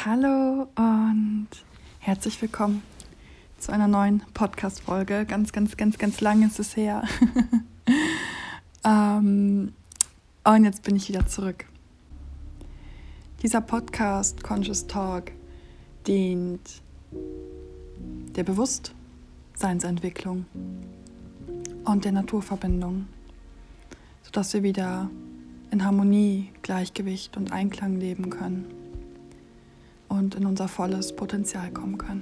Hallo und herzlich willkommen zu einer neuen Podcast-Folge. Ganz lang ist es her. Und jetzt bin ich wieder zurück. Dieser Podcast Conscious Talk dient der Bewusstseinsentwicklung und der Naturverbindung, sodass wir wieder in Harmonie, Gleichgewicht und Einklang leben können und in unser volles Potenzial kommen können.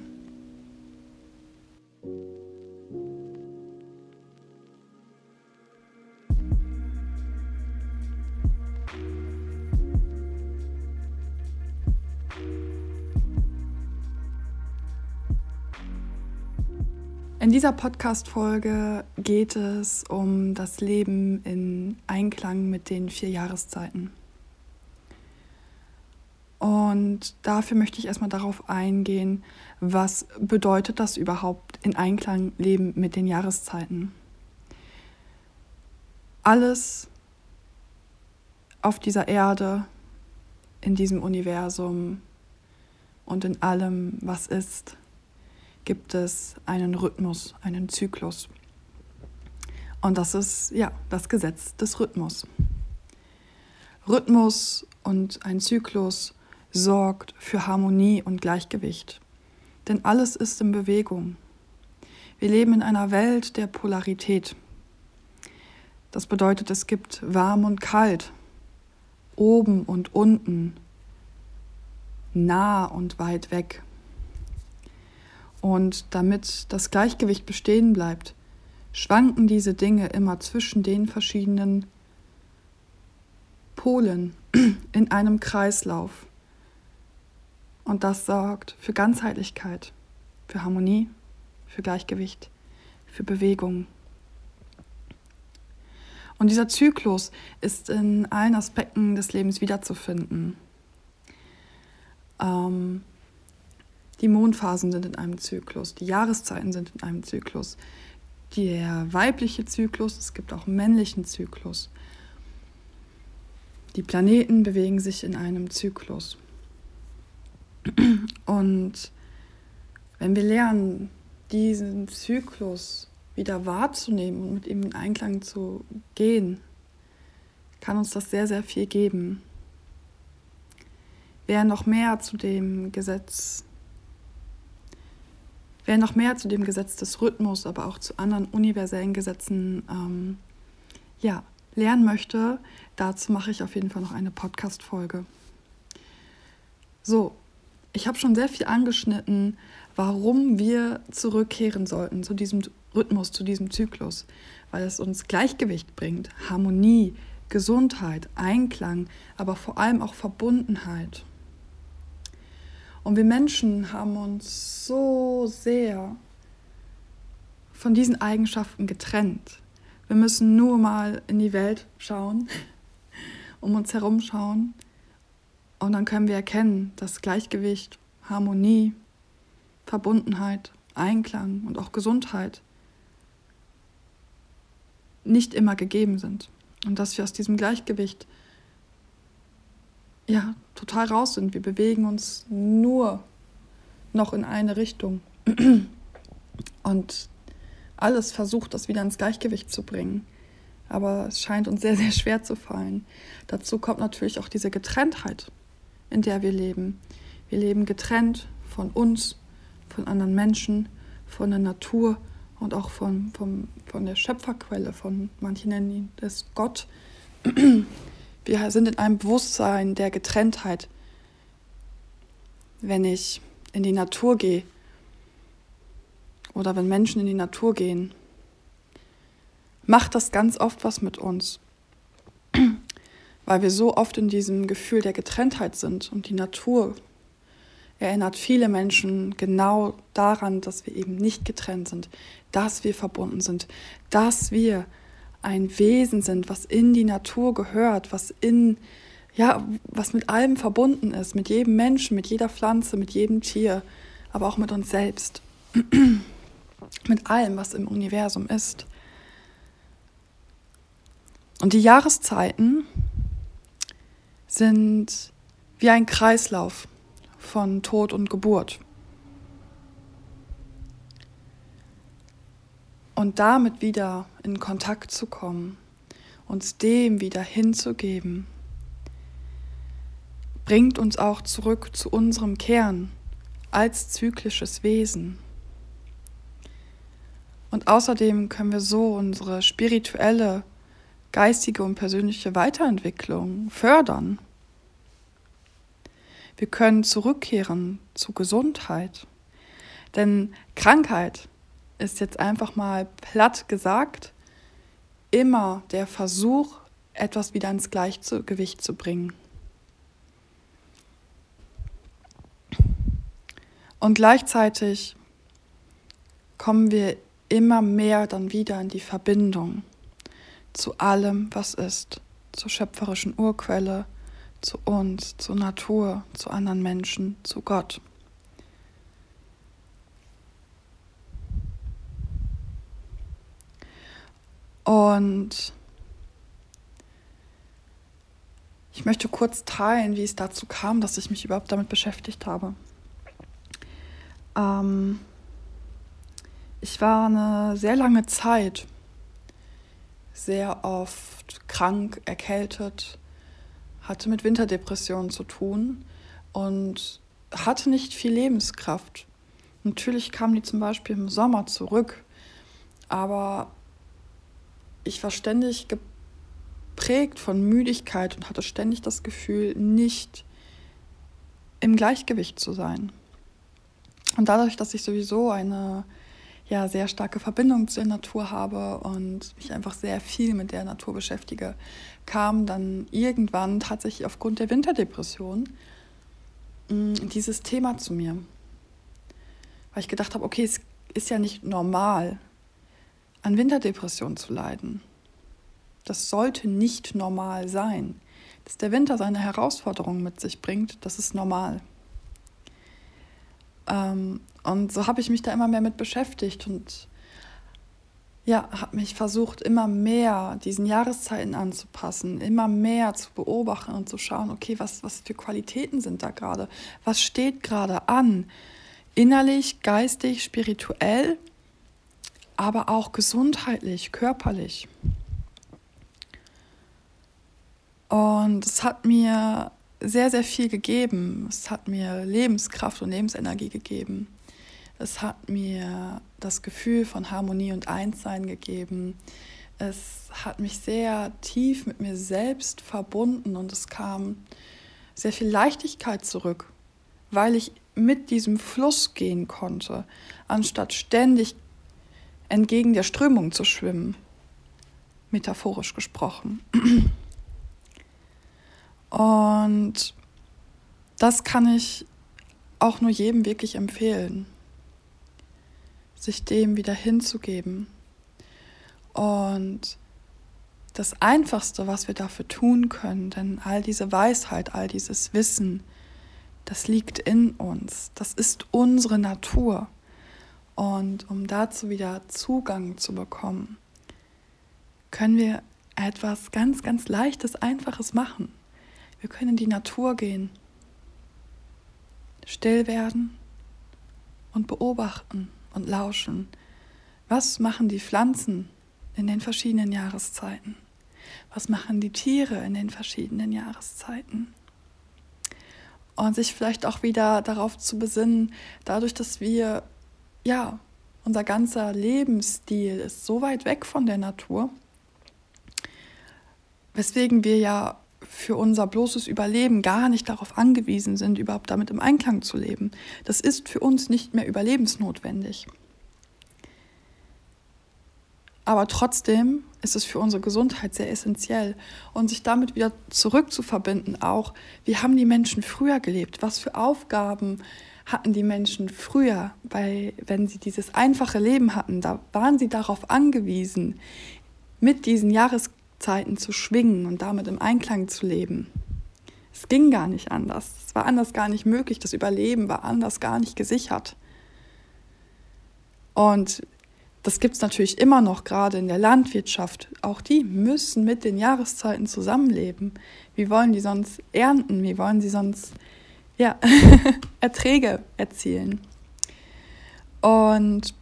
In dieser Podcast-Folge geht es um das Leben in Einklang mit den 4 Jahreszeiten. Und dafür möchte ich erstmal darauf eingehen, was bedeutet das überhaupt, in Einklang leben mit den Jahreszeiten. Alles auf dieser Erde, in diesem Universum und in allem, was ist, gibt es einen Rhythmus, einen Zyklus. Und das ist das Gesetz des Rhythmus. Rhythmus und ein Zyklus sorgt für Harmonie und Gleichgewicht. Denn alles ist in Bewegung. Wir leben in einer Welt der Polarität. Das bedeutet, es gibt warm und kalt, oben und unten, nah und weit weg. Und damit das Gleichgewicht bestehen bleibt, schwanken diese Dinge immer zwischen den verschiedenen Polen in einem Kreislauf. Und das sorgt für Ganzheitlichkeit, für Harmonie, für Gleichgewicht, für Bewegung. Und dieser Zyklus ist in allen Aspekten des Lebens wiederzufinden. Die Mondphasen sind in einem Zyklus, die Jahreszeiten sind in einem Zyklus, der weibliche Zyklus, es gibt auch einen männlichen Zyklus. Die Planeten bewegen sich in einem Zyklus. Und wenn wir lernen, diesen Zyklus wieder wahrzunehmen und mit ihm in Einklang zu gehen, kann uns das sehr, sehr viel geben. Wer noch mehr zu dem Gesetz des Rhythmus, aber auch zu anderen universellen Gesetzen lernen möchte, dazu mache ich auf jeden Fall noch eine Podcast-Folge. So, ich habe schon sehr viel angeschnitten, warum wir zurückkehren sollten zu diesem Rhythmus, zu diesem Zyklus, weil es uns Gleichgewicht bringt, Harmonie, Gesundheit, Einklang, aber vor allem auch Verbundenheit. Und wir Menschen haben uns so sehr von diesen Eigenschaften getrennt. Wir müssen nur mal in die Welt schauen, um uns herum schauen. Und dann können wir erkennen, dass Gleichgewicht, Harmonie, Verbundenheit, Einklang und auch Gesundheit nicht immer gegeben sind. Und dass wir aus diesem Gleichgewicht total raus sind. Wir bewegen uns nur noch in eine Richtung. Und alles versucht, das wieder ins Gleichgewicht zu bringen. Aber es scheint uns sehr, sehr schwer zu fallen. Dazu kommt natürlich auch diese Getrenntheit, in der wir leben. Wir leben getrennt von uns, von anderen Menschen, von der Natur und auch von der Schöpferquelle, manche nennen ihn das Gott. Wir sind in einem Bewusstsein der Getrenntheit. Wenn ich in die Natur gehe oder wenn Menschen in die Natur gehen, macht das ganz oft was mit uns. Weil wir so oft in diesem Gefühl der Getrenntheit sind. Und die Natur erinnert viele Menschen genau daran, dass wir eben nicht getrennt sind, dass wir verbunden sind, dass wir ein Wesen sind, was in die Natur gehört, was mit allem verbunden ist, mit jedem Menschen, mit jeder Pflanze, mit jedem Tier, aber auch mit uns selbst, mit allem, was im Universum ist. Und die Jahreszeiten sind wie ein Kreislauf von Tod und Geburt. Und damit wieder in Kontakt zu kommen, uns dem wieder hinzugeben, bringt uns auch zurück zu unserem Kern als zyklisches Wesen. Und außerdem können wir so unsere spirituelle, geistige und persönliche Weiterentwicklung fördern. Wir können zurückkehren zu Gesundheit. Denn Krankheit ist jetzt einfach mal platt gesagt immer der Versuch, etwas wieder ins Gleichgewicht zu bringen. Und gleichzeitig kommen wir immer mehr dann wieder in die Verbindung zu allem, was ist, zur schöpferischen Urquelle, zu uns, zur Natur, zu anderen Menschen, zu Gott. Und ich möchte kurz teilen, wie es dazu kam, dass ich mich überhaupt damit beschäftigt habe. Ich war eine sehr lange Zeit sehr oft krank, erkältet, hatte mit Winterdepressionen zu tun und hatte nicht viel Lebenskraft. Natürlich kam die zum Beispiel im Sommer zurück, aber ich war ständig geprägt von Müdigkeit und hatte ständig das Gefühl, nicht im Gleichgewicht zu sein. Und dadurch, dass ich sowieso eine sehr starke Verbindung zur Natur habe und mich einfach sehr viel mit der Natur beschäftige, kam dann irgendwann tatsächlich aufgrund der Winterdepression dieses Thema zu mir. Weil ich gedacht habe, okay, es ist ja nicht normal, an Winterdepression zu leiden. Das sollte nicht normal sein. Dass der Winter seine Herausforderungen mit sich bringt, das ist normal. Und so habe ich mich da immer mehr mit beschäftigt und habe mich versucht, immer mehr diesen Jahreszeiten anzupassen, immer mehr zu beobachten und zu schauen, okay, was für Qualitäten sind da gerade, was steht gerade an, innerlich, geistig, spirituell, aber auch gesundheitlich, körperlich. Und es hat mir sehr, sehr viel gegeben. Es hat mir Lebenskraft und Lebensenergie gegeben. Es hat mir das Gefühl von Harmonie und Einssein gegeben. Es hat mich sehr tief mit mir selbst verbunden und es kam sehr viel Leichtigkeit zurück, weil ich mit diesem Fluss gehen konnte, anstatt ständig entgegen der Strömung zu schwimmen, metaphorisch gesprochen. Und das kann ich auch nur jedem wirklich empfehlen, sich dem wieder hinzugeben. Und das Einfachste, was wir dafür tun können, denn all diese Weisheit, all dieses Wissen, das liegt in uns, das ist unsere Natur. Und um dazu wieder Zugang zu bekommen, können wir etwas ganz, ganz Leichtes, Einfaches machen. Wir können in die Natur gehen, still werden und beobachten und lauschen. Was machen die Pflanzen in den verschiedenen Jahreszeiten? Was machen die Tiere in den verschiedenen Jahreszeiten? Und sich vielleicht auch wieder darauf zu besinnen, dadurch, dass wir, unser ganzer Lebensstil ist so weit weg von der Natur, weswegen wir ja für unser bloßes Überleben gar nicht darauf angewiesen sind, überhaupt damit im Einklang zu leben. Das ist für uns nicht mehr überlebensnotwendig. Aber trotzdem ist es für unsere Gesundheit sehr essentiell. Und sich damit wieder zurückzuverbinden auch, wie haben die Menschen früher gelebt? Was für Aufgaben hatten die Menschen früher? Weil wenn sie dieses einfache Leben hatten, da waren sie darauf angewiesen, mit diesen Jahreszeiten zu schwingen und damit im Einklang zu leben. Es ging gar nicht anders. Es war anders gar nicht möglich. Das Überleben war anders gar nicht gesichert. Und das gibt es natürlich immer noch, gerade in der Landwirtschaft. Auch die müssen mit den Jahreszeiten zusammenleben. Wie wollen die sonst ernten? Wie wollen sie sonst Erträge erzielen. Und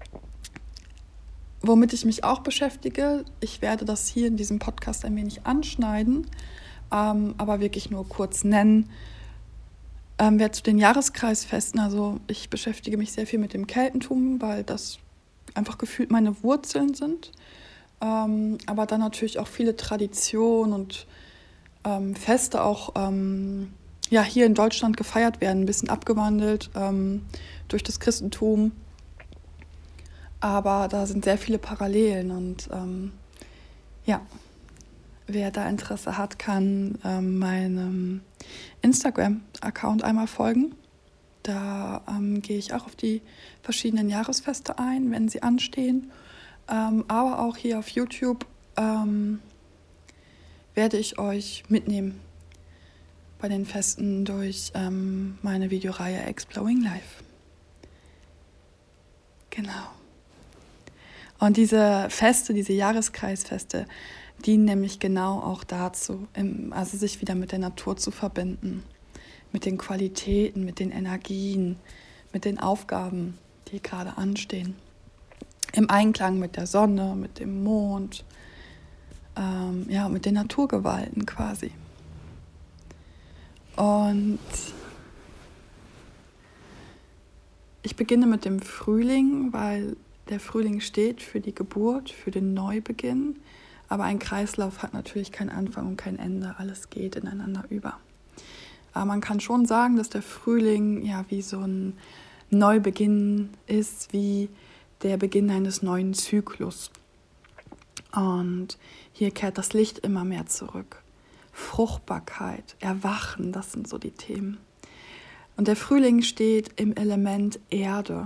womit ich mich auch beschäftige, ich werde das hier in diesem Podcast ein wenig anschneiden, aber wirklich nur kurz nennen, wer zu den Jahreskreisfesten, also ich beschäftige mich sehr viel mit dem Keltentum, weil das einfach gefühlt meine Wurzeln sind, aber dann natürlich auch viele Traditionen und Feste auch hier in Deutschland gefeiert werden, ein bisschen abgewandelt durch das Christentum. Aber da sind sehr viele Parallelen und wer da Interesse hat, kann meinem Instagram-Account einmal folgen. Da gehe ich auch auf die verschiedenen Jahresfeste ein, wenn sie anstehen. Aber auch hier auf YouTube werde ich euch mitnehmen bei den Festen durch meine Videoreihe Exploring Life. Genau. Und diese Feste, diese Jahreskreisfeste, dienen nämlich genau auch dazu, also sich wieder mit der Natur zu verbinden, mit den Qualitäten, mit den Energien, mit den Aufgaben, die gerade anstehen. Im Einklang mit der Sonne, mit dem Mond, mit den Naturgewalten quasi. Und ich beginne mit dem Frühling, weil der Frühling steht für die Geburt, für den Neubeginn. Aber ein Kreislauf hat natürlich keinen Anfang und kein Ende. Alles geht ineinander über. Aber man kann schon sagen, dass der Frühling wie so ein Neubeginn ist, wie der Beginn eines neuen Zyklus. Und hier kehrt das Licht immer mehr zurück. Fruchtbarkeit, Erwachen, das sind so die Themen. Und der Frühling steht im Element Erde.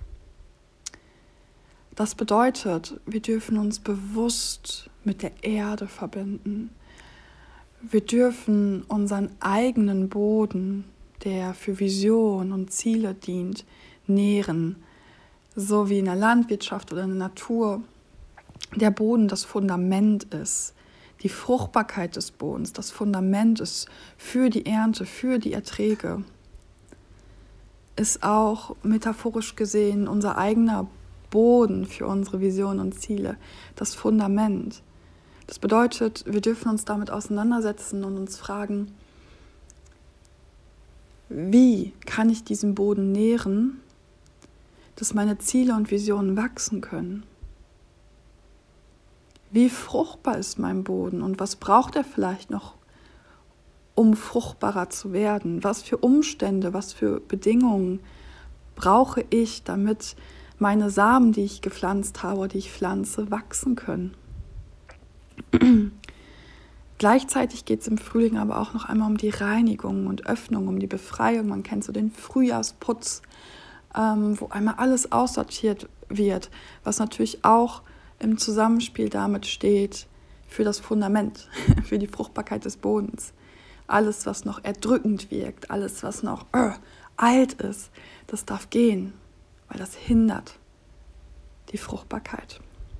Das bedeutet, wir dürfen uns bewusst mit der Erde verbinden. Wir dürfen unseren eigenen Boden, der für Vision und Ziele dient, nähren. So wie in der Landwirtschaft oder in der Natur der Boden das Fundament ist. Die Fruchtbarkeit des Bodens, das Fundament ist für die Ernte, für die Erträge. Ist auch metaphorisch gesehen unser eigener Boden für unsere Visionen und Ziele, das Fundament. Das bedeutet, wir dürfen uns damit auseinandersetzen und uns fragen, wie kann ich diesen Boden nähren, dass meine Ziele und Visionen wachsen können? Wie fruchtbar ist mein Boden und was braucht er vielleicht noch, um fruchtbarer zu werden? Was für Umstände, was für Bedingungen brauche ich, damit meine Samen, die ich gepflanzt habe, die ich pflanze, wachsen können? Gleichzeitig geht es im Frühling aber auch noch einmal um die Reinigung und Öffnung, um die Befreiung. Man kennt so den Frühjahrsputz, wo einmal alles aussortiert wird, was natürlich auch im Zusammenspiel damit steht für das Fundament, für die Fruchtbarkeit des Bodens. Alles, was noch erdrückend wirkt, alles, was noch alt ist, das darf gehen, weil das hindert die Fruchtbarkeit.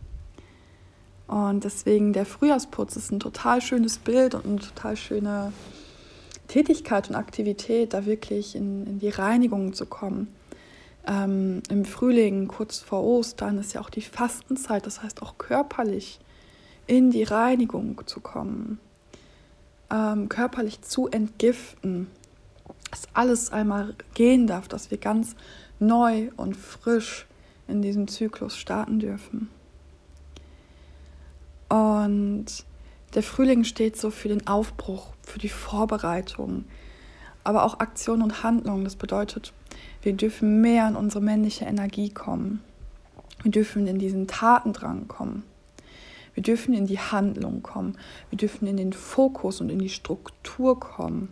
Und deswegen der Frühjahrsputz ist ein total schönes Bild und eine total schöne Tätigkeit und Aktivität, da wirklich in die Reinigung zu kommen. Im Frühling, kurz vor Ostern, ist ja auch die Fastenzeit, das heißt auch körperlich in die Reinigung zu kommen, körperlich zu entgiften, dass alles einmal gehen darf, dass wir ganz neu und frisch in diesem Zyklus starten dürfen. Und der Frühling steht so für den Aufbruch, für die Vorbereitung, aber auch Aktion und Handlung. Das bedeutet, wir dürfen mehr in unsere männliche Energie kommen. Wir dürfen in diesen Tatendrang kommen. Wir dürfen in die Handlung kommen. Wir dürfen in den Fokus und in die Struktur kommen.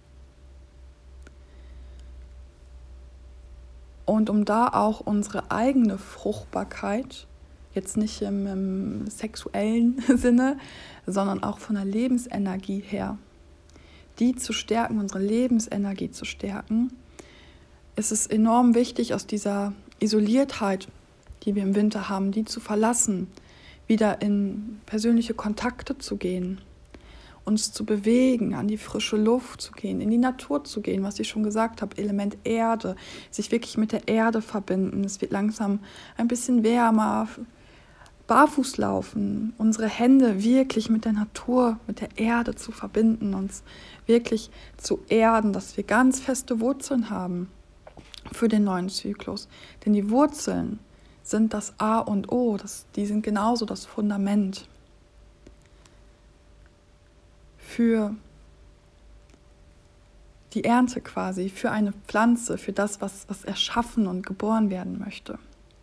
Und um da auch unsere eigene Fruchtbarkeit, jetzt nicht im sexuellen Sinne, sondern auch von der Lebensenergie her, die zu stärken, unsere Lebensenergie zu stärken, ist es enorm wichtig, aus dieser Isoliertheit, die wir im Winter haben, die zu verlassen, wieder in persönliche Kontakte zu gehen uns zu bewegen, an die frische Luft zu gehen, in die Natur zu gehen, was ich schon gesagt habe, Element Erde, sich wirklich mit der Erde verbinden. Es wird langsam ein bisschen wärmer, barfuß laufen, unsere Hände wirklich mit der Natur, mit der Erde zu verbinden, uns wirklich zu erden, dass wir ganz feste Wurzeln haben für den neuen Zyklus. Denn die Wurzeln sind das A und O, die sind genauso das Fundament für die Ernte quasi, für eine Pflanze, für das, was erschaffen und geboren werden möchte.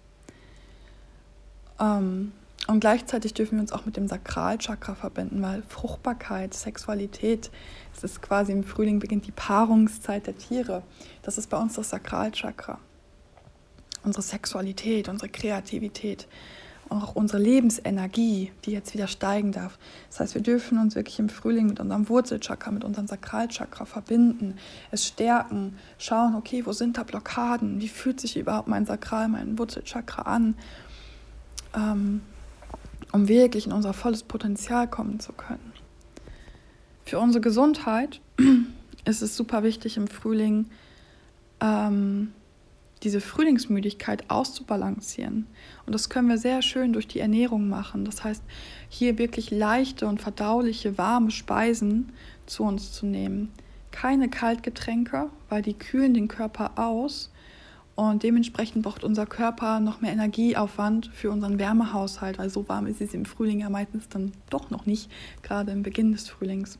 Und gleichzeitig dürfen wir uns auch mit dem Sakralchakra verbinden, weil Fruchtbarkeit, Sexualität, es ist quasi im Frühling beginnt die Paarungszeit der Tiere. Das ist bei uns das Sakralchakra. Unsere Sexualität, unsere Kreativität, auch unsere Lebensenergie, die jetzt wieder steigen darf. Das heißt, wir dürfen uns wirklich im Frühling mit unserem Wurzelchakra, mit unserem Sakralchakra verbinden, es stärken, schauen, okay, wo sind da Blockaden? Wie fühlt sich überhaupt mein Sakral, mein Wurzelchakra an? Um wirklich in unser volles Potenzial kommen zu können. Für unsere Gesundheit ist es super wichtig im Frühling, diese Frühlingsmüdigkeit auszubalancieren. Und das können wir sehr schön durch die Ernährung machen. Das heißt, hier wirklich leichte und verdauliche, warme Speisen zu uns zu nehmen. Keine Kaltgetränke, weil die kühlen den Körper aus. Und dementsprechend braucht unser Körper noch mehr Energieaufwand für unseren Wärmehaushalt, weil so warm ist es im Frühling ja meistens dann doch noch nicht, gerade im Beginn des Frühlings.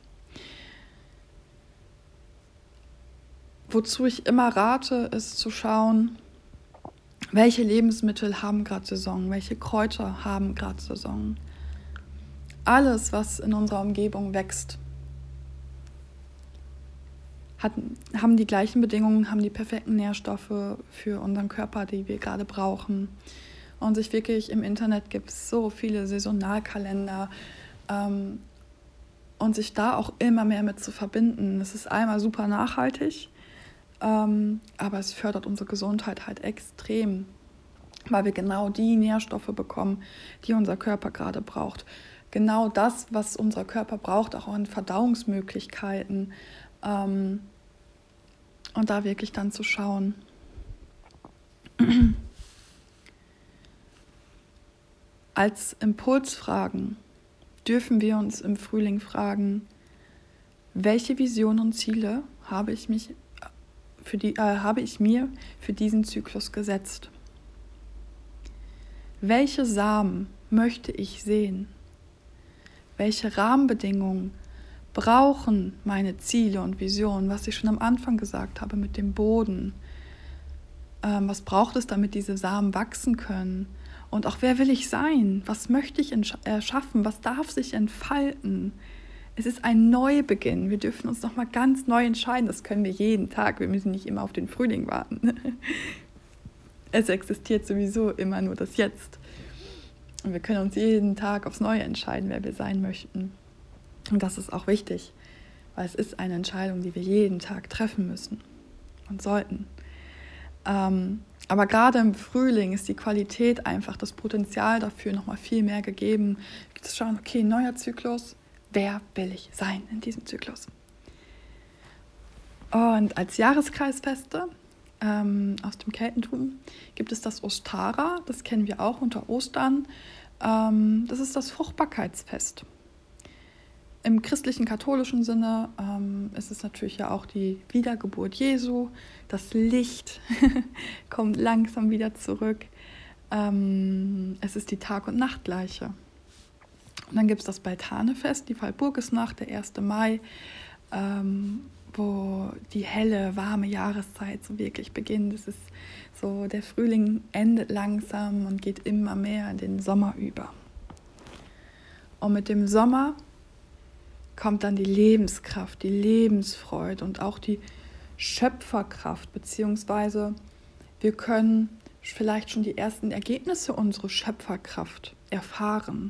Wozu ich immer rate, ist zu schauen, welche Lebensmittel haben gerade Saison, welche Kräuter haben gerade Saison. Alles, was in unserer Umgebung wächst, haben die gleichen Bedingungen, haben die perfekten Nährstoffe für unseren Körper, die wir gerade brauchen. Und sich wirklich im Internet gibt es so viele Saisonalkalender und sich da auch immer mehr mit zu verbinden. Es ist einmal super nachhaltig, aber es fördert unsere Gesundheit halt extrem, weil wir genau die Nährstoffe bekommen, die unser Körper gerade braucht. Genau das, was unser Körper braucht, auch an Verdauungsmöglichkeiten. Und da wirklich dann zu schauen. Als Impulsfragen dürfen wir uns im Frühling fragen, welche Visionen und Ziele habe ich mir für diesen Zyklus gesetzt? Welche Samen möchte ich sehen? Welche Rahmenbedingungen brauchen meine Ziele und Visionen, was ich schon am Anfang gesagt habe mit dem Boden? Was braucht es, damit diese Samen wachsen können? Und auch, wer will ich sein? Was möchte ich erschaffen? Was darf sich entfalten? Es ist ein Neubeginn. Wir dürfen uns nochmal ganz neu entscheiden. Das können wir jeden Tag. Wir müssen nicht immer auf den Frühling warten. Es existiert sowieso immer nur das Jetzt. Und wir können uns jeden Tag aufs Neue entscheiden, wer wir sein möchten. Und das ist auch wichtig, weil es ist eine Entscheidung, die wir jeden Tag treffen müssen und sollten. Aber gerade im Frühling ist die Qualität einfach, das Potenzial dafür nochmal viel mehr gegeben, zu schauen, okay, neuer Zyklus, wer will ich sein in diesem Zyklus? Und als Jahreskreisfeste aus dem Keltentum gibt es das Ostara, das kennen wir auch unter Ostern. Das ist das Fruchtbarkeitsfest. Im christlichen, katholischen Sinne ist es natürlich ja auch die Wiedergeburt Jesu. Das Licht kommt langsam wieder zurück. Es ist die Tag- und Nachtgleiche. Und dann gibt es das Beltanefest, die Walpurgisnacht, der 1. Mai, wo die helle, warme Jahreszeit so wirklich beginnt. Es ist so, der Frühling endet langsam und geht immer mehr in den Sommer über. Und mit dem Sommer kommt dann die Lebenskraft, die Lebensfreude und auch die Schöpferkraft, beziehungsweise wir können vielleicht schon die ersten Ergebnisse unserer Schöpferkraft erfahren.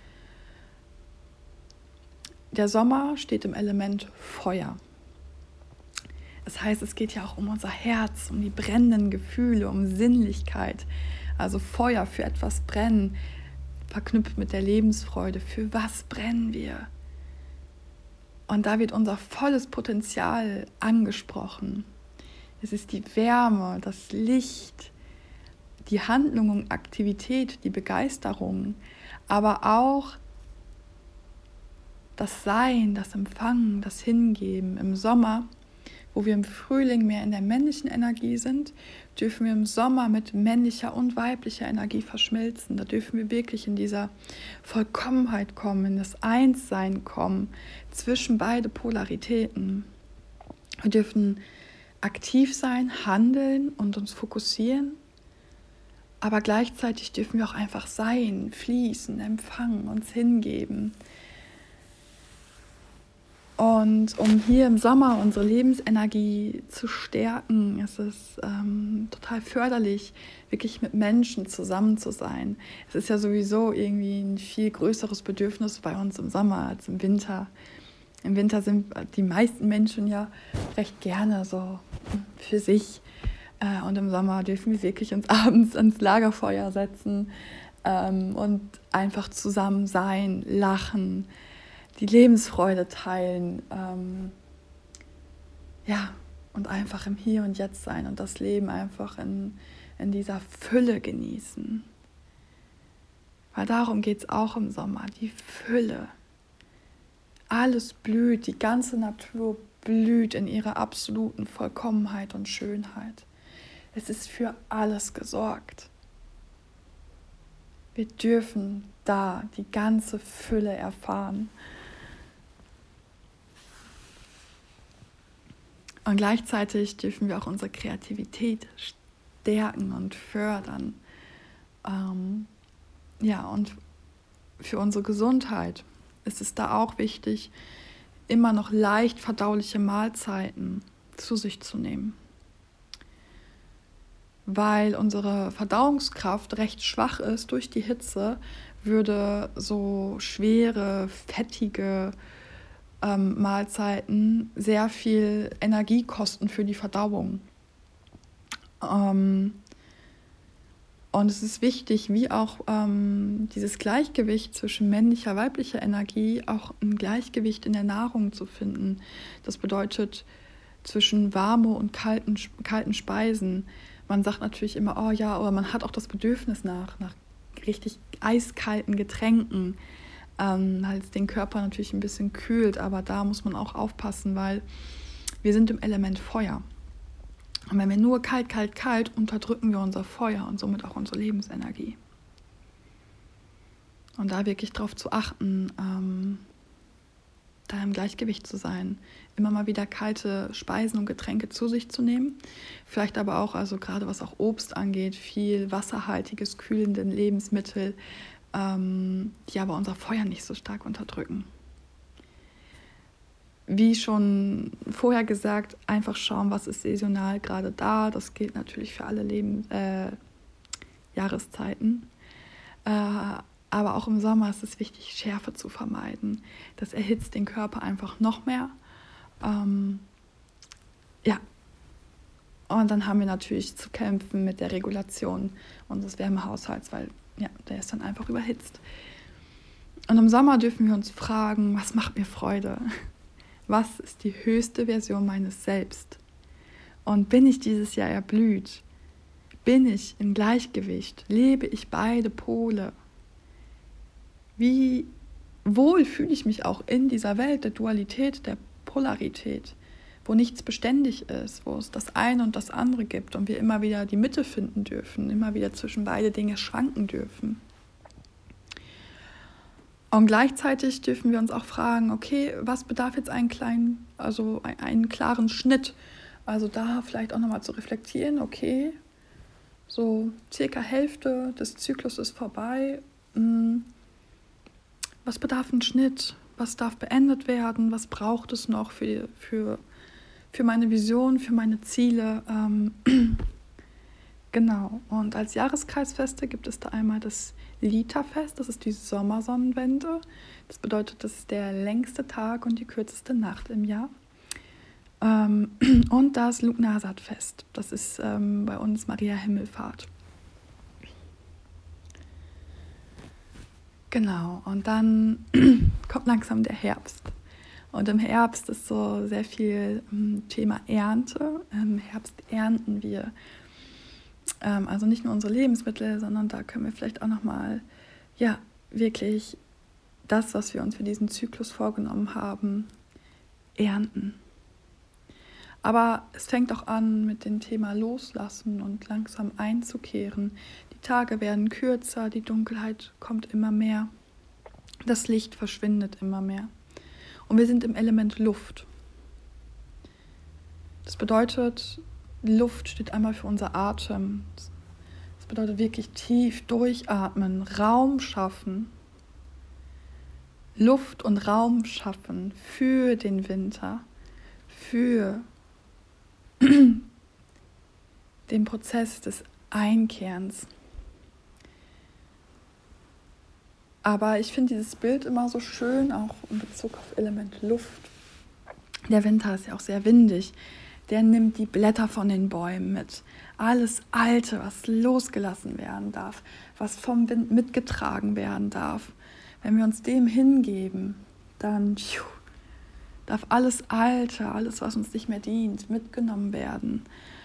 Der Sommer steht im Element Feuer. Das heißt, es geht ja auch um unser Herz, um die brennenden Gefühle, um Sinnlichkeit. Also Feuer, für etwas brennen, verknüpft mit der Lebensfreude. Für was brennen wir? Und da wird unser volles Potenzial angesprochen. Es ist die Wärme, das Licht, die Handlung und Aktivität, die Begeisterung, aber auch das Sein, das Empfangen, das Hingeben. Im Sommer, wo wir im Frühling mehr in der männlichen Energie sind, dürfen wir im Sommer mit männlicher und weiblicher Energie verschmilzen. Da dürfen wir wirklich in dieser Vollkommenheit kommen, in das Einssein kommen, zwischen beide Polaritäten. Wir dürfen aktiv sein, handeln und uns fokussieren, aber gleichzeitig dürfen wir auch einfach sein, fließen, empfangen, uns hingeben. Und um hier im Sommer unsere Lebensenergie zu stärken, ist es total förderlich, wirklich mit Menschen zusammen zu sein. Es ist ja sowieso irgendwie ein viel größeres Bedürfnis bei uns im Sommer als im Winter. Im Winter sind die meisten Menschen ja recht gerne so für sich. Und im Sommer dürfen wir wirklich uns abends ans Lagerfeuer setzen und einfach zusammen sein, lachen, die Lebensfreude teilen, und einfach im Hier und Jetzt sein und das Leben einfach in dieser Fülle genießen. Weil darum geht es auch im Sommer, die Fülle. Alles blüht, die ganze Natur blüht in ihrer absoluten Vollkommenheit und Schönheit. Es ist für alles gesorgt. Wir dürfen da die ganze Fülle erfahren. Und gleichzeitig dürfen wir auch unsere Kreativität stärken und fördern. Und für unsere Gesundheit ist es da auch wichtig, immer noch leicht verdauliche Mahlzeiten zu sich zu nehmen. Weil unsere Verdauungskraft recht schwach ist durch die Hitze, würde so schwere, fettige Mahlzeiten sehr viel Energie kosten für die Verdauung. Und es ist wichtig, wie auch dieses Gleichgewicht zwischen männlicher, weiblicher Energie, auch ein Gleichgewicht in der Nahrung zu finden. Das bedeutet zwischen warme und kalten Speisen. Man sagt natürlich immer, oh ja, aber man hat auch das Bedürfnis nach richtig eiskalten Getränken, weil es den Körper natürlich ein bisschen kühlt, aber da muss man auch aufpassen, weil wir sind im Element Feuer. Und wenn wir nur kalt, unterdrücken wir unser Feuer und somit auch unsere Lebensenergie. Und da wirklich darauf zu achten, da im Gleichgewicht zu sein, immer mal wieder kalte Speisen und Getränke zu sich zu nehmen, vielleicht aber auch, also gerade was auch Obst angeht, viel wasserhaltiges, kühlende Lebensmittel, die aber unser Feuer nicht so stark unterdrücken. Wie schon vorher gesagt, einfach schauen, was ist saisonal gerade da. Das gilt natürlich für alle Jahreszeiten. Aber auch im Sommer ist es wichtig, Schärfe zu vermeiden. Das erhitzt den Körper einfach noch mehr. Und dann haben wir natürlich zu kämpfen mit der Regulation unseres Wärmehaushalts, weil der ist dann einfach überhitzt. Und im Sommer dürfen wir uns fragen, was macht mir Freude? Was ist die höchste Version meines Selbst? Und bin ich dieses Jahr erblüht? Bin ich im Gleichgewicht? Lebe ich beide Pole? Wie wohl fühle ich mich auch in dieser Welt der Dualität, der Polarität, wo nichts beständig ist, wo es das eine und das andere gibt und wir immer wieder die Mitte finden dürfen, immer wieder zwischen beide Dinge schwanken dürfen. Und gleichzeitig dürfen wir uns auch fragen, okay, was bedarf jetzt einen klaren Schnitt? Also da vielleicht auch nochmal zu reflektieren, okay, so circa Hälfte des Zyklus ist vorbei. Was bedarf ein Schnitt? Was darf beendet werden? Was braucht es noch für meine Vision, für meine Ziele? Genau. Und als Jahreskreisfeste gibt es da einmal das Lita-Fest, das ist die Sommersonnenwende. Das bedeutet, das ist der längste Tag und die kürzeste Nacht im Jahr. Und das Lugnasat-Fest, das ist bei uns Maria Himmelfahrt. Genau, und dann kommt langsam der Herbst. Und im Herbst ist so sehr viel Thema Ernte. Im Herbst ernten wir also nicht nur unsere Lebensmittel, sondern da können wir vielleicht auch nochmal wirklich das, was wir uns für diesen Zyklus vorgenommen haben, ernten. Aber es fängt auch an mit dem Thema Loslassen und langsam einzukehren. Die Tage werden kürzer, die Dunkelheit kommt immer mehr, das Licht verschwindet immer mehr. Und wir sind im Element Luft. Das bedeutet, Luft steht einmal für unser Atem. Das bedeutet wirklich tief durchatmen, Raum schaffen. Luft und Raum schaffen für den Winter, für den Prozess des Einkehrens. Aber ich finde dieses Bild immer so schön, auch in Bezug auf Element Luft. Der Winter ist ja auch sehr windig. Der nimmt die Blätter von den Bäumen mit. Alles Alte, was losgelassen werden darf, was vom Wind mitgetragen werden darf. Wenn wir uns dem hingeben, dann darf alles Alte, alles, was uns nicht mehr dient, mitgenommen werden.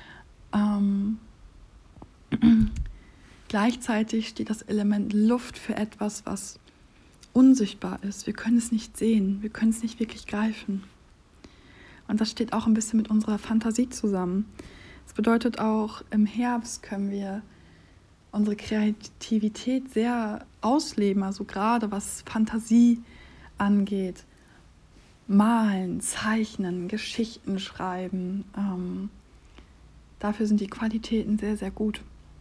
Gleichzeitig steht das Element Luft für etwas, was unsichtbar ist. Wir können es nicht sehen, wir können es nicht wirklich greifen. Und das steht auch ein bisschen mit unserer Fantasie zusammen. Das bedeutet auch, im Herbst können wir unsere Kreativität sehr ausleben, also gerade was Fantasie angeht. Malen, zeichnen, Geschichten schreiben. Dafür sind die Qualitäten sehr, sehr gut.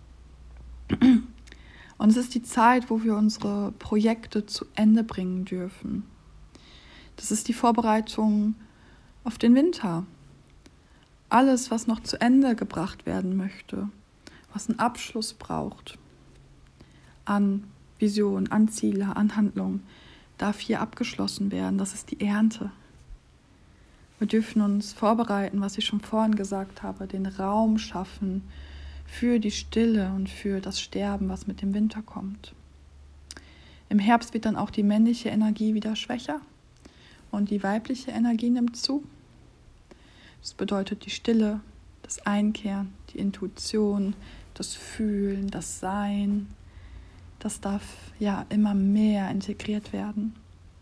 Und es ist die Zeit, wo wir unsere Projekte zu Ende bringen dürfen. Das ist die Vorbereitung auf den Winter. Alles, was noch zu Ende gebracht werden möchte, was einen Abschluss braucht, an Vision, an Ziele, an Handlungen, darf hier abgeschlossen werden. Das ist die Ernte. Wir dürfen uns vorbereiten, was ich schon vorhin gesagt habe, den Raum schaffen für die Stille und für das Sterben, was mit dem Winter kommt. Im Herbst wird dann auch die männliche Energie wieder schwächer und die weibliche Energie nimmt zu. Das bedeutet die Stille, das Einkehren, die Intuition, das Fühlen, das Sein. Das darf immer mehr integriert werden.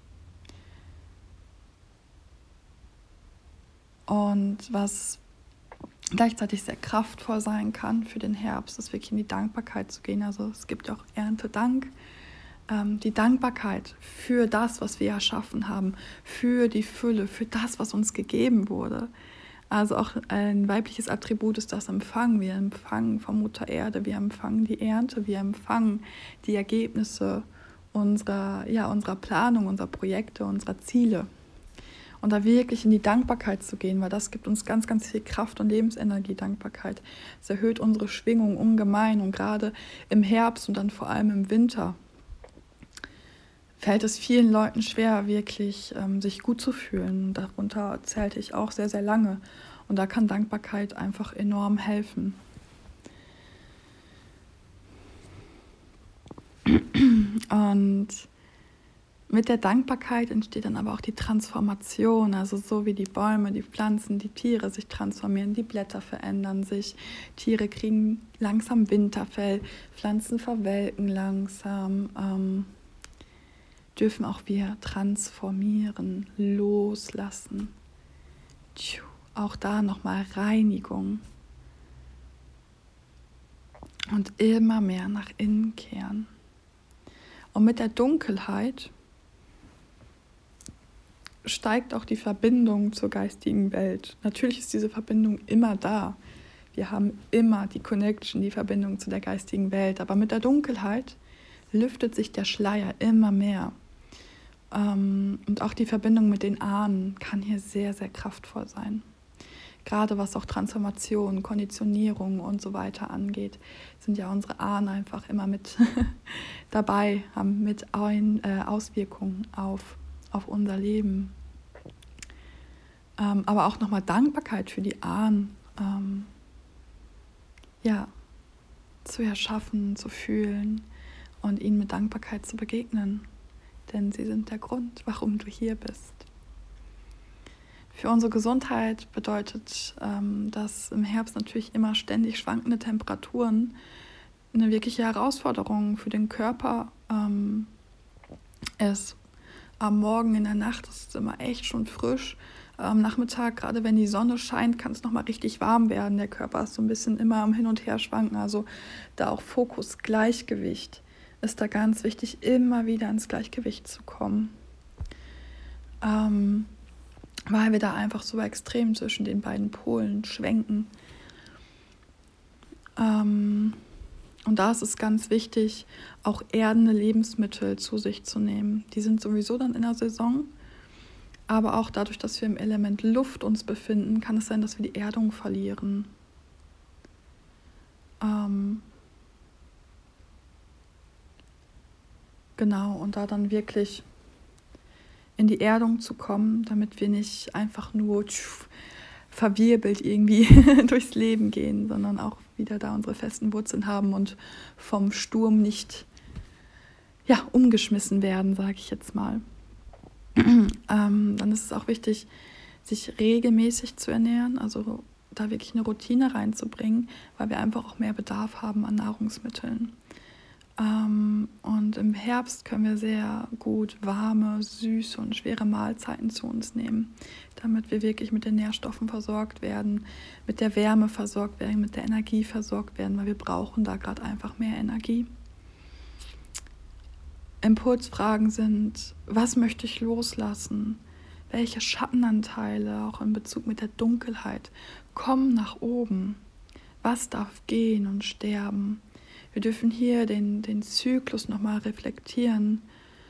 Und was gleichzeitig sehr kraftvoll sein kann für den Herbst, ist wirklich in die Dankbarkeit zu gehen. Also es gibt ja auch Erntedank. Die Dankbarkeit für das, was wir erschaffen haben, für die Fülle, für das, was uns gegeben wurde. Also auch ein weibliches Attribut ist das Empfangen. Wir empfangen von Mutter Erde, wir empfangen die Ernte, wir empfangen die Ergebnisse unserer Planung, unserer Projekte, unserer Ziele. Und da wirklich in die Dankbarkeit zu gehen, weil das gibt uns ganz, ganz viel Kraft und Lebensenergie, Dankbarkeit. Es erhöht unsere Schwingung ungemein und gerade im Herbst und dann vor allem im Winter fällt es vielen Leuten schwer, wirklich sich gut zu fühlen. Darunter zählte ich auch sehr, sehr lange. Und da kann Dankbarkeit einfach enorm helfen. Und mit der Dankbarkeit entsteht dann aber auch die Transformation. Also so wie die Bäume, die Pflanzen, die Tiere sich transformieren, die Blätter verändern sich, Tiere kriegen langsam Winterfell, Pflanzen verwelken langsam. Dürfen auch wir transformieren, loslassen. Auch da nochmal Reinigung. Und immer mehr nach innen kehren. Und mit der Dunkelheit steigt auch die Verbindung zur geistigen Welt. Natürlich ist diese Verbindung immer da. Wir haben immer die Connection, die Verbindung zu der geistigen Welt. Aber mit der Dunkelheit lüftet sich der Schleier immer mehr. Und auch die Verbindung mit den Ahnen kann hier sehr, sehr kraftvoll sein. Gerade was auch Transformation, Konditionierung und so weiter angeht, sind ja unsere Ahnen einfach immer mit dabei, haben mit Auswirkungen auf unser Leben. Aber auch nochmal Dankbarkeit für die Ahnen, zu erschaffen, zu fühlen und ihnen mit Dankbarkeit zu begegnen. Denn sie sind der Grund, warum du hier bist. Für unsere Gesundheit bedeutet das im Herbst natürlich immer ständig schwankende Temperaturen eine wirkliche Herausforderung für den Körper ist. Am Morgen, in der Nacht ist es immer echt schon frisch. Am Nachmittag, gerade wenn die Sonne scheint, kann es nochmal richtig warm werden. Der Körper ist so ein bisschen immer am Hin und Her schwanken. Also da auch Fokus Gleichgewicht ist da ganz wichtig, immer wieder ins Gleichgewicht zu kommen. Weil wir da einfach so extrem zwischen den beiden Polen schwenken. Und da ist es ganz wichtig, auch erdende Lebensmittel zu sich zu nehmen. Die sind sowieso dann in der Saison, aber auch dadurch, dass wir im Element Luft uns befinden, kann es sein, dass wir die Erdung verlieren. Genau, und da dann wirklich in die Erdung zu kommen, damit wir nicht einfach nur verwirbelt irgendwie durchs Leben gehen, sondern auch wieder da unsere festen Wurzeln haben und vom Sturm nicht umgeschmissen werden, sage ich jetzt mal. Dann ist es auch wichtig, sich regelmäßig zu ernähren, also da wirklich eine Routine reinzubringen, weil wir einfach auch mehr Bedarf haben an Nahrungsmitteln. Und im Herbst können wir sehr gut warme, süße und schwere Mahlzeiten zu uns nehmen, damit wir wirklich mit den Nährstoffen versorgt werden, mit der Wärme versorgt werden, mit der Energie versorgt werden, weil wir brauchen da gerade einfach mehr Energie. Impulsfragen sind, was möchte ich loslassen? Welche Schattenanteile, auch in Bezug mit der Dunkelheit, kommen nach oben? Was darf gehen und sterben? Wir dürfen hier den Zyklus nochmal reflektieren,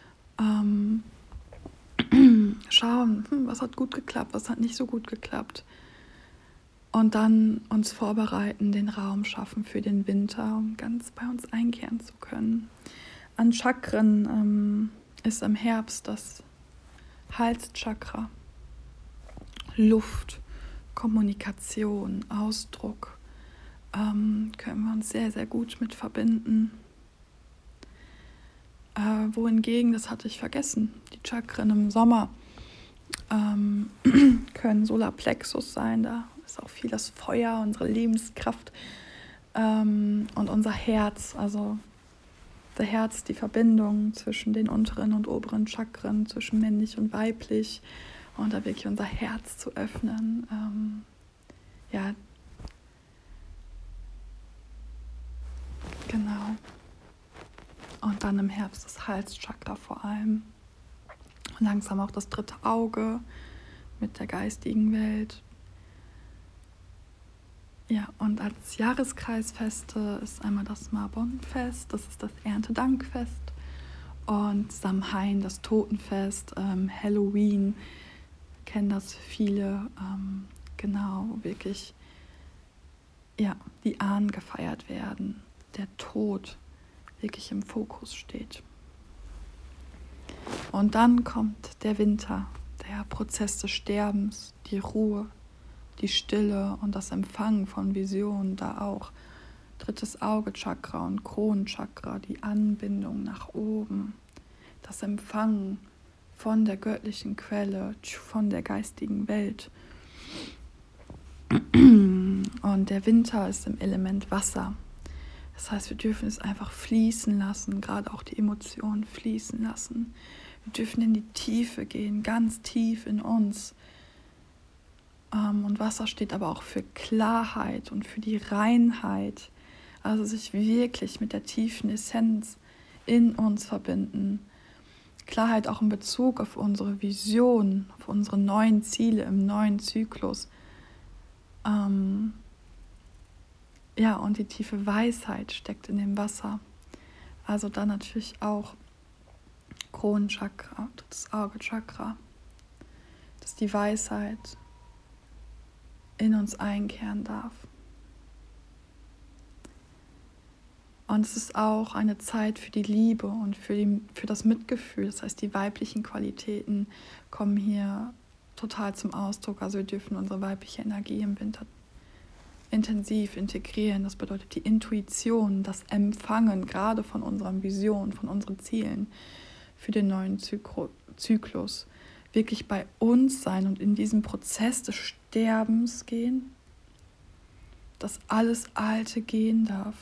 schauen, was hat gut geklappt, was hat nicht so gut geklappt. Und dann uns vorbereiten, den Raum schaffen für den Winter, um ganz bei uns einkehren zu können. An Chakren ist im Herbst das Halschakra, Luft, Kommunikation, Ausdruck. Können wir uns sehr, sehr gut mit verbinden. Wohingegen, das hatte ich vergessen, die Chakren im Sommer können Solarplexus sein, da ist auch viel das Feuer, unsere Lebenskraft und unser Herz, also der Herz, die Verbindung zwischen den unteren und oberen Chakren, zwischen männlich und weiblich und da wirklich unser Herz zu öffnen. Genau. Und dann im Herbst das Halschakra vor allem. Und langsam auch das dritte Auge mit der geistigen Welt. Ja, und als Jahreskreisfeste ist einmal das Marbon-Fest, das ist das Erntedankfest. Und Samhain, das Totenfest, Halloween, kennen das viele, genau, wirklich, die Ahnen gefeiert werden. Der Tod wirklich im Fokus steht. Und dann kommt der Winter, der Prozess des Sterbens, die Ruhe, die Stille und das Empfangen von Visionen, da auch drittes Auge-Chakra und Kronenchakra, die Anbindung nach oben, das Empfangen von der göttlichen Quelle, von der geistigen Welt. Und der Winter ist im Element Wasser. Das heißt, wir dürfen es einfach fließen lassen, gerade auch die Emotionen fließen lassen. Wir dürfen in die Tiefe gehen, ganz tief in uns. Und Wasser steht aber auch für Klarheit und für die Reinheit. Also sich wirklich mit der tiefen Essenz in uns verbinden. Klarheit auch in Bezug auf unsere Vision, auf unsere neuen Ziele im neuen Zyklus. Und die tiefe Weisheit steckt in dem Wasser. Also dann natürlich auch Kronenchakra, das Auge-Chakra, dass die Weisheit in uns einkehren darf. Und es ist auch eine Zeit für die Liebe und für das Mitgefühl. Das heißt, die weiblichen Qualitäten kommen hier total zum Ausdruck. Also wir dürfen unsere weibliche Energie im Winter intensiv integrieren. Das bedeutet die Intuition, das Empfangen, gerade von unseren Visionen, von unseren Zielen für den neuen Zyklus. wirklich bei uns sein und in diesen Prozess des Sterbens gehen, dass alles Alte gehen darf.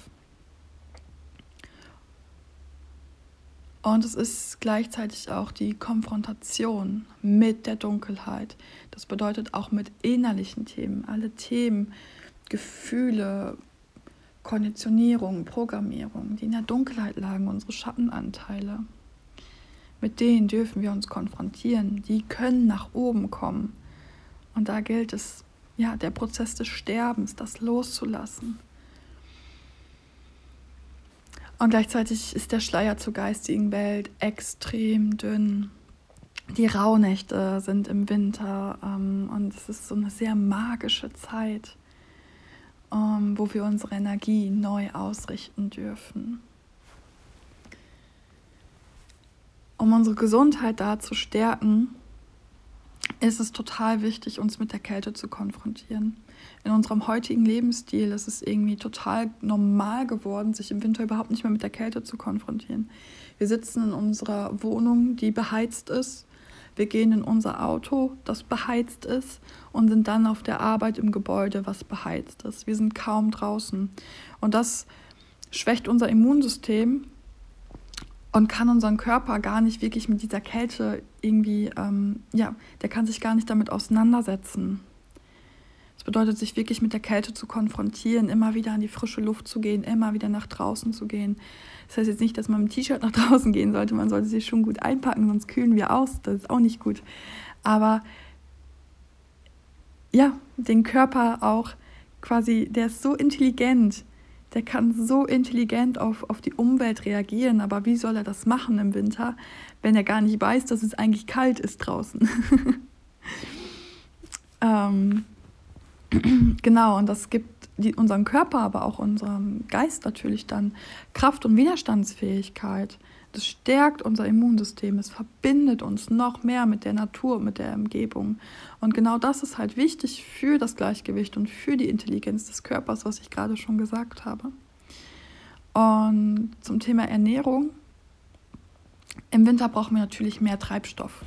Und es ist gleichzeitig auch die Konfrontation mit der Dunkelheit. Das bedeutet auch mit innerlichen Themen, alle Themen, Gefühle, Konditionierung, Programmierung, die in der Dunkelheit lagen, unsere Schattenanteile. Mit denen dürfen wir uns konfrontieren. Die können nach oben kommen. Und da gilt es, ja, der Prozess des Sterbens, das loszulassen. Und gleichzeitig ist der Schleier zur geistigen Welt extrem dünn. Die Rauhnächte sind im Winter und es ist so eine sehr magische Zeit, wo wir unsere Energie neu ausrichten dürfen. Um unsere Gesundheit da zu stärken, ist es total wichtig, uns mit der Kälte zu konfrontieren. In unserem heutigen Lebensstil ist es irgendwie total normal geworden, sich im Winter überhaupt nicht mehr mit der Kälte zu konfrontieren. Wir sitzen in unserer Wohnung, die beheizt ist. Wir gehen in unser Auto, das beheizt ist, und sind dann auf der Arbeit im Gebäude, was beheizt ist. Wir sind kaum draußen. Und das schwächt unser Immunsystem und kann unseren Körper gar nicht wirklich mit dieser Kälte irgendwie, der kann sich gar nicht damit auseinandersetzen. Das bedeutet, sich wirklich mit der Kälte zu konfrontieren, immer wieder an die frische Luft zu gehen, immer wieder nach draußen zu gehen. Das heißt jetzt nicht, dass man mit dem T-Shirt nach draußen gehen sollte, man sollte sich schon gut einpacken, sonst kühlen wir aus, das ist auch nicht gut. Aber ja, den Körper auch quasi, der ist so intelligent, der kann so intelligent auf die Umwelt reagieren, aber wie soll er das machen im Winter, wenn er gar nicht weiß, dass es eigentlich kalt ist draußen? Genau, und das gibt unserem Körper, aber auch unserem Geist natürlich dann Kraft und Widerstandsfähigkeit. Das stärkt unser Immunsystem, es verbindet uns noch mehr mit der Natur, mit der Umgebung. Und genau das ist halt wichtig für das Gleichgewicht und für die Intelligenz des Körpers, was ich gerade schon gesagt habe. Und zum Thema Ernährung. Im Winter brauchen wir natürlich mehr Treibstoff.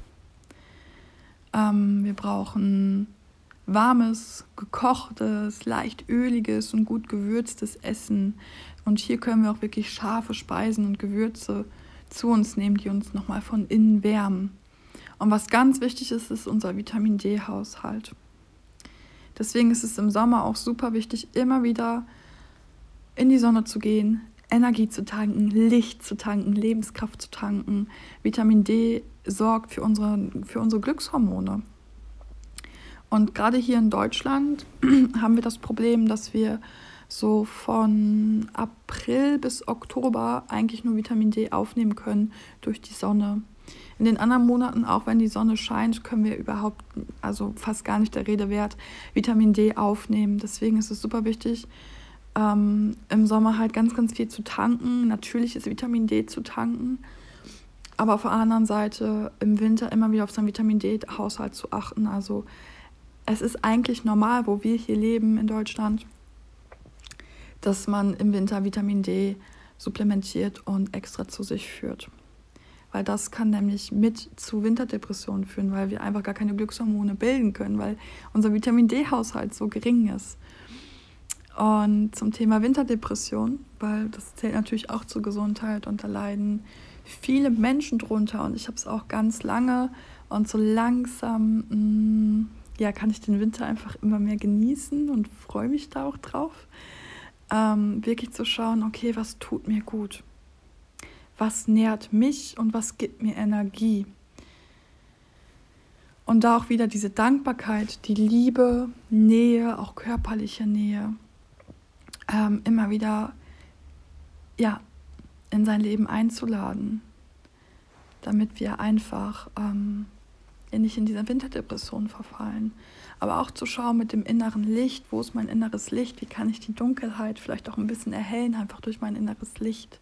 Wir brauchen warmes, gekochtes, leicht öliges und gut gewürztes Essen. Und hier können wir auch wirklich scharfe Speisen und Gewürze zu uns nehmen, die uns nochmal von innen wärmen. Und was ganz wichtig ist, ist unser Vitamin D-Haushalt. Deswegen ist es im Sommer auch super wichtig, immer wieder in die Sonne zu gehen, Energie zu tanken, Licht zu tanken, Lebenskraft zu tanken. Vitamin D sorgt für unsere Glückshormone. Und gerade hier in Deutschland haben wir das Problem, dass wir so von April bis Oktober eigentlich nur Vitamin D aufnehmen können durch die Sonne. In den anderen Monaten, auch wenn die Sonne scheint, können wir überhaupt, also fast gar nicht der Rede wert, Vitamin D aufnehmen. Deswegen ist es super wichtig, im Sommer halt ganz, ganz viel zu tanken, natürliches Vitamin D zu tanken. Aber auf der anderen Seite im Winter immer wieder auf seinen Vitamin D-Haushalt zu achten. Also es ist eigentlich normal, wo wir hier leben in Deutschland, dass man im Winter Vitamin D supplementiert und extra zu sich führt. Weil das kann nämlich mit zu Winterdepressionen führen, weil wir einfach gar keine Glückshormone bilden können, weil unser Vitamin D-Haushalt so gering ist. Und zum Thema Winterdepression, weil das zählt natürlich auch zur Gesundheit und da leiden viele Menschen drunter und ich habe es auch ganz lange und so langsam kann ich den Winter einfach immer mehr genießen und freue mich da auch drauf. Wirklich zu schauen, okay, was tut mir gut? Was nährt mich und was gibt mir Energie? Und da auch wieder diese Dankbarkeit, die Liebe, Nähe, auch körperliche Nähe, immer wieder in sein Leben einzuladen, damit wir einfach nicht in dieser Winterdepression verfallen. Aber auch zu schauen mit dem inneren Licht, wo ist mein inneres Licht, wie kann ich die Dunkelheit vielleicht auch ein bisschen erhellen, einfach durch mein inneres Licht.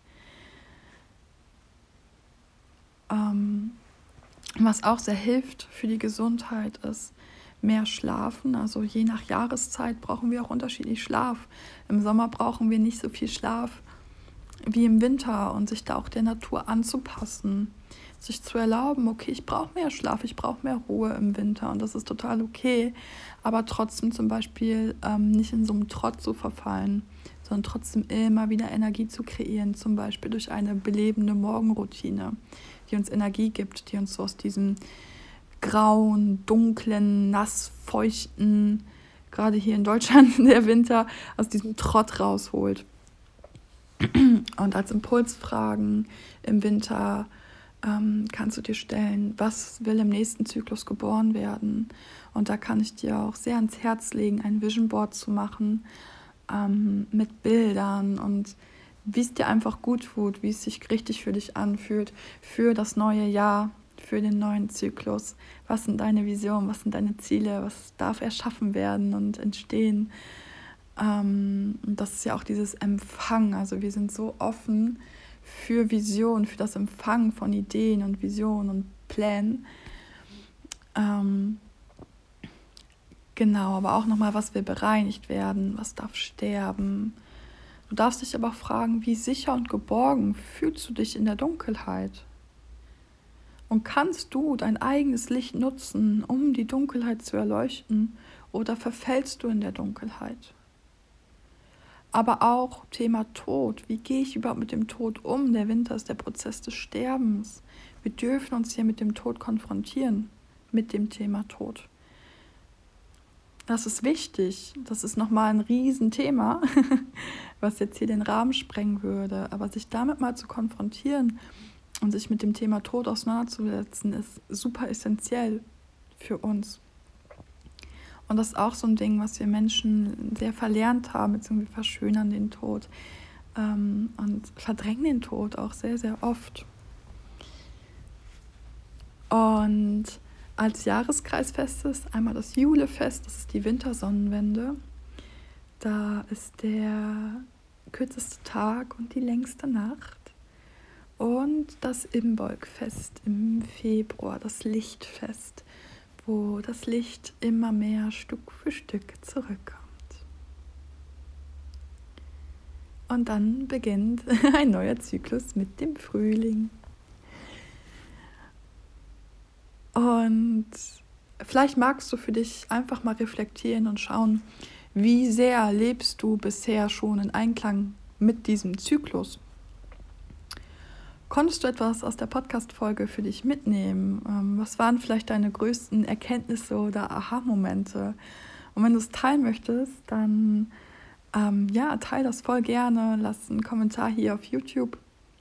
Was auch sehr hilft für die Gesundheit ist, mehr schlafen. Also je nach Jahreszeit brauchen wir auch unterschiedlich Schlaf. Im Sommer brauchen wir nicht so viel Schlaf wie im Winter und sich da auch der Natur anzupassen, sich zu erlauben, okay, ich brauche mehr Schlaf, ich brauche mehr Ruhe im Winter und das ist total okay, aber trotzdem zum Beispiel nicht in so einem Trott zu verfallen, sondern trotzdem immer wieder Energie zu kreieren, zum Beispiel durch eine belebende Morgenroutine, die uns Energie gibt, die uns so aus diesem grauen, dunklen, nass, feuchten, gerade hier in Deutschland der Winter, aus diesem Trott rausholt. Und als Impulsfragen im Winter kannst du dir stellen, was will im nächsten Zyklus geboren werden. Und da kann ich dir auch sehr ans Herz legen, ein Vision Board zu machen mit Bildern und wie es dir einfach gut tut, wie es sich richtig für dich anfühlt, für das neue Jahr, für den neuen Zyklus. Was sind deine Visionen, was sind deine Ziele, was darf erschaffen werden und entstehen? Das ist ja auch dieses Empfang, also wir sind so offen für Vision, für das Empfangen von Ideen und Visionen und Plänen. Genau, aber auch nochmal, was will bereinigt werden, was darf sterben. Du darfst dich aber auch fragen, wie sicher und geborgen fühlst du dich in der Dunkelheit? Und kannst du dein eigenes Licht nutzen, um die Dunkelheit zu erleuchten, oder verfällst du in der Dunkelheit? Aber auch Thema Tod. Wie gehe ich überhaupt mit dem Tod um? Der Winter ist der Prozess des Sterbens. Wir dürfen uns hier mit dem Tod konfrontieren, mit dem Thema Tod. Das ist wichtig. Das ist nochmal ein Riesenthema, was jetzt hier den Rahmen sprengen würde. Aber sich damit mal zu konfrontieren und sich mit dem Thema Tod auseinanderzusetzen, ist super essentiell für uns. Und das ist auch so ein Ding, was wir Menschen sehr verlernt haben, beziehungsweise wir verschönern den Tod und verdrängen den Tod auch sehr, sehr oft. Und als Jahreskreisfest ist einmal das Julefest, das ist die Wintersonnenwende. Da ist der kürzeste Tag und die längste Nacht. Und das Imbolgfest im Februar, das Lichtfest, wo das Licht immer mehr Stück für Stück zurückkommt. Und dann beginnt ein neuer Zyklus mit dem Frühling. Und vielleicht magst du für dich einfach mal reflektieren und schauen, wie sehr lebst du bisher schon in Einklang mit diesem Zyklus? Konntest du etwas aus der Podcast-Folge für dich mitnehmen? Was waren vielleicht deine größten Erkenntnisse oder Aha-Momente? Und wenn du es teilen möchtest, dann teile das voll gerne. Lass einen Kommentar hier auf YouTube.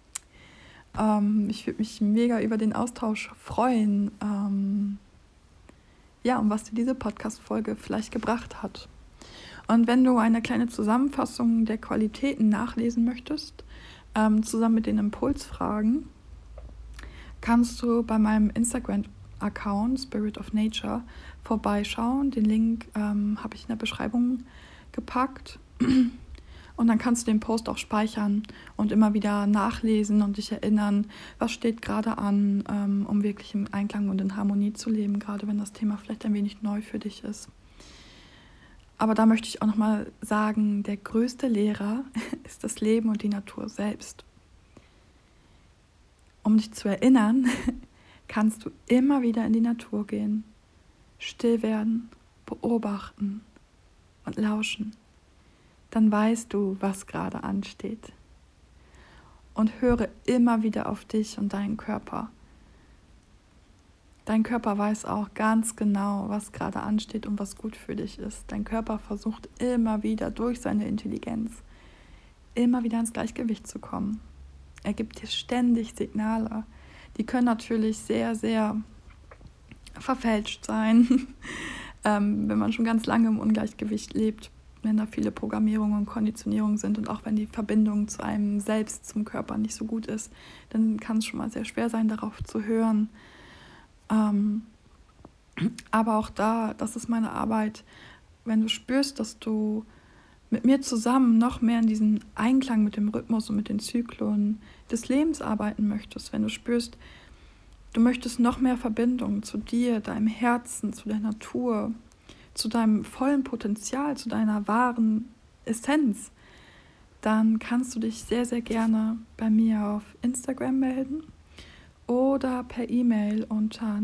Ich würde mich mega über den Austausch freuen. Und was dir diese Podcast-Folge vielleicht gebracht hat. Und wenn du eine kleine Zusammenfassung der Qualitäten nachlesen möchtest, zusammen mit den Impulsfragen, kannst du bei meinem Instagram-Account Spirit of Nature vorbeischauen. Den Link habe ich in der Beschreibung gepackt. Und dann kannst du den Post auch speichern und immer wieder nachlesen und dich erinnern, was steht gerade an, um wirklich im Einklang und in Harmonie zu leben, gerade wenn das Thema vielleicht ein wenig neu für dich ist. Aber da möchte ich auch nochmal sagen, der größte Lehrer ist das Leben und die Natur selbst. Um dich zu erinnern, kannst du immer wieder in die Natur gehen, still werden, beobachten und lauschen. Dann weißt du, was gerade ansteht. Und höre immer wieder auf dich und deinen Körper. Dein Körper weiß auch ganz genau, was gerade ansteht und was gut für dich ist. Dein Körper versucht immer wieder durch seine Intelligenz, immer wieder ins Gleichgewicht zu kommen. Er gibt dir ständig Signale. Die können natürlich sehr, sehr verfälscht sein, wenn man schon ganz lange im Ungleichgewicht lebt, wenn da viele Programmierungen und Konditionierungen sind und auch wenn die Verbindung zu einem selbst, zum Körper nicht so gut ist, dann kann es schon mal sehr schwer sein, darauf zu hören. Aber auch da, das ist meine Arbeit, wenn du spürst, dass du mit mir zusammen noch mehr in diesen Einklang mit dem Rhythmus und mit den Zyklen des Lebens arbeiten möchtest, wenn du spürst, du möchtest noch mehr Verbindung zu dir, deinem Herzen, zu der Natur, zu deinem vollen Potenzial, zu deiner wahren Essenz, dann kannst du dich sehr, sehr gerne bei mir auf Instagram melden oder per E-Mail unter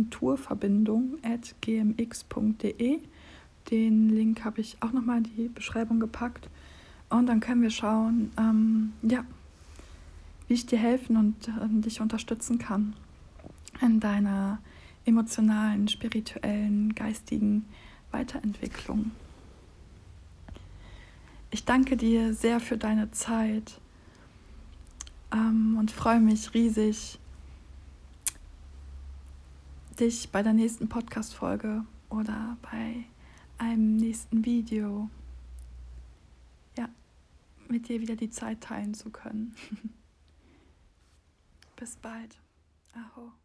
naturverbindung@gmx.de. Den Link habe ich auch nochmal in die Beschreibung gepackt. Und dann können wir schauen, wie ich dir helfen und dich unterstützen kann in deiner emotionalen, spirituellen, geistigen Weiterentwicklung. Ich danke dir sehr für deine Zeit und freue mich riesig, dich bei der nächsten Podcast-Folge oder bei einem nächsten Video mit dir wieder die Zeit teilen zu können. Bis bald. Aho.